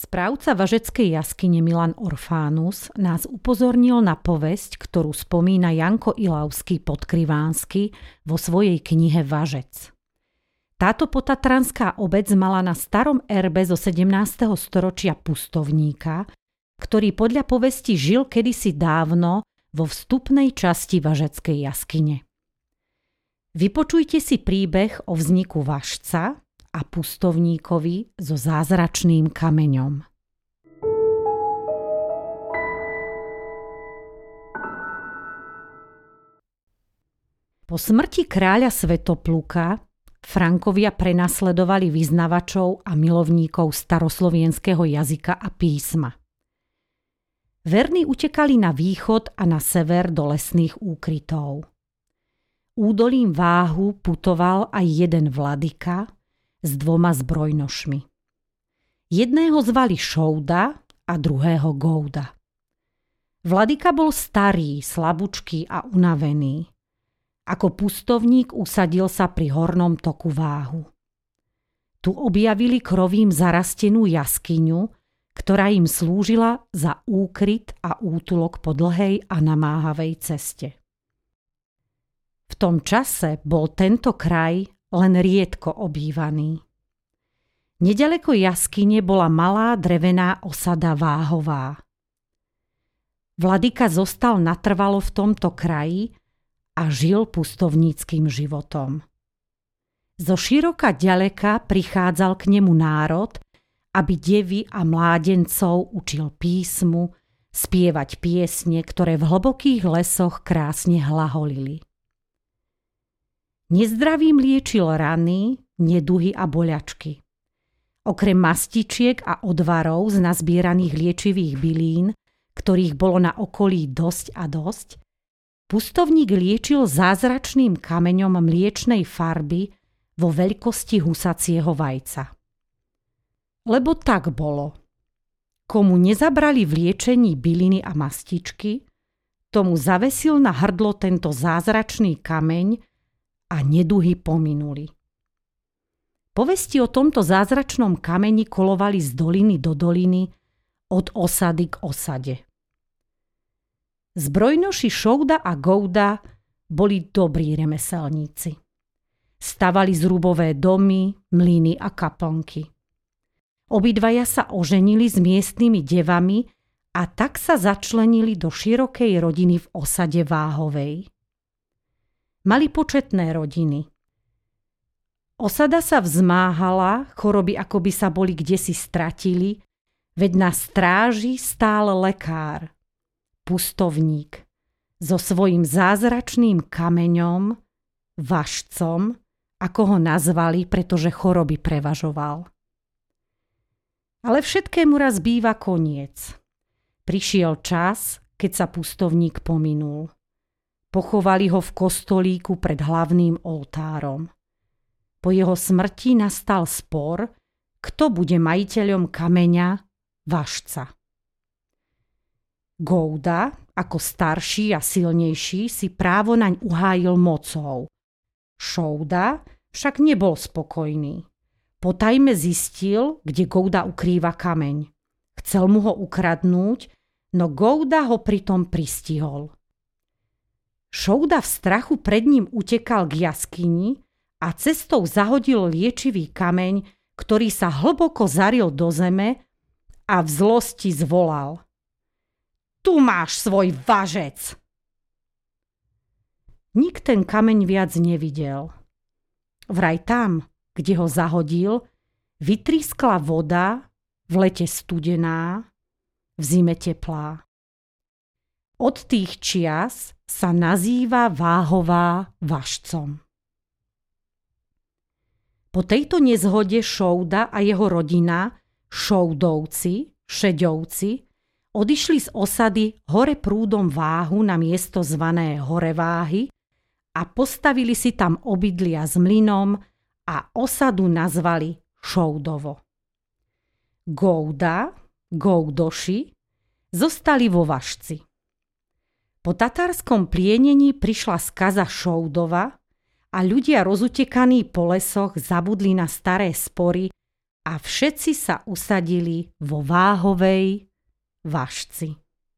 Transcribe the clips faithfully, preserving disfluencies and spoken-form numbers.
Správca važeckej jaskyne Milan Orfánus nás upozornil na povesť, ktorú spomína Janko Ilavský Podkrivánsky vo svojej knihe Važec. Táto potatranská obec mala na starom erbe zo sedemnásteho storočia pustovníka, ktorý podľa povesti žil kedysi dávno vo vstupnej časti važeckej jaskyne. Vypočujte si príbeh o vzniku Važca a pustovníkovi so zázračným kameňom. Po smrti kráľa Svätopluka Frankovia prenasledovali vyznavačov a milovníkov staroslovenského jazyka a písma. Verní utekali na východ a na sever do lesných úkrytov. Údolím Váhu putoval aj jeden vladyka s dvoma zbrojnošmi. Jedného zvali Šouda a druhého Gouda. Vladyka bol starý, slabúčký a unavený. Ako pustovník usadil sa pri hornom toku Váhu. Tu objavili krovím zarastenú jaskyňu, ktorá im slúžila za úkryt a útulok po dlhej a namáhavej ceste. V tom čase bol tento kraj len riedko obývaný. Nedaleko jaskyne bola malá drevená osada Váhová. Vladyka zostal natrvalo v tomto kraji a žil pustovníckym životom. Zo široka ďaleka prichádzal k nemu národ, aby devy a mládencov učil písmu, spievať piesne, ktoré v hlbokých lesoch krásne hlaholili. Nezdravým liečil rany, neduhy a boľačky. Okrem mastičiek a odvarov z nazbieraných liečivých bylín, ktorých bolo na okolí dosť a dosť, pustovník liečil zázračným kameňom mliečnej farby vo veľkosti husacieho vajca. Lebo tak bolo. Komu nezabrali v liečení byliny a mastičky, tomu zavesil na hrdlo tento zázračný kameň a neduhy pominuli. Povesti o tomto zázračnom kameni kolovali z doliny do doliny, od osady k osade. Zbrojnoši Šouda a Gouda boli dobrí remeselníci. Stavali zrubové domy, mlyny a kaplnky. Obidvaja sa oženili s miestnymi devami a tak sa začlenili do širokej rodiny v osade Váhovej. Mali početné rodiny. Osada sa vzmáhala, choroby akoby sa boli kdesi stratili, veď na stráži stál lekár, pustovník, so svojím zázračným kameňom, Važcom, ako ho nazvali, pretože choroby prevažoval. Ale všetkému raz býva koniec. Prišiel čas, keď sa pustovník pominul. Pochovali ho v kostolíku pred hlavným oltárom. Po jeho smrti nastal spor, kto bude majiteľom kameňa Važca. Gouda, ako starší a silnejší, si právo naň uhájil mocou. Šouda však nebol spokojný. Potajme zistil, kde Gouda ukrýva kameň. Chcel mu ho ukradnúť, no Gouda ho pritom pristihol. Šouda v strachu pred ním utekal k jaskyni a cestou zahodil liečivý kameň, ktorý sa hlboko zaril do zeme a v zlosti zvolal: Tu máš svoj Važec! Nik ten kameň viac nevidel. Vraj tam, kde ho zahodil, vytrískla voda, v lete studená, v zime teplá. Od tých čias sa nazýva Váhová Važcom. Po tejto nezhode Šouda a jeho rodina, Šoudovci, Šeďovci, odišli z osady hore prúdom Váhu na miesto zvané Hore Váhy a postavili si tam obydlia s mlynom a osadu nazvali Šoudovo. Gouda, Goudoši, zostali vo Važci. Po tatárskom plienení prišla skaza Šoudova a ľudia rozutekaní po lesoch zabudli na staré spory a všetci sa usadili vo váhovej vašci.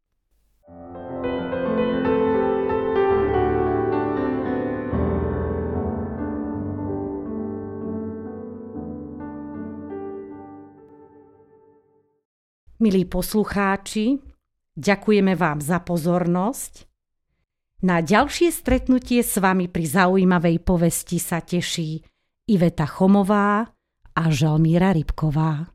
Milí poslucháči, ďakujeme vám za pozornosť. Na ďalšie stretnutie s vami pri zaujímavej povesti sa teší Iveta Chomová a Želmíra Rybková.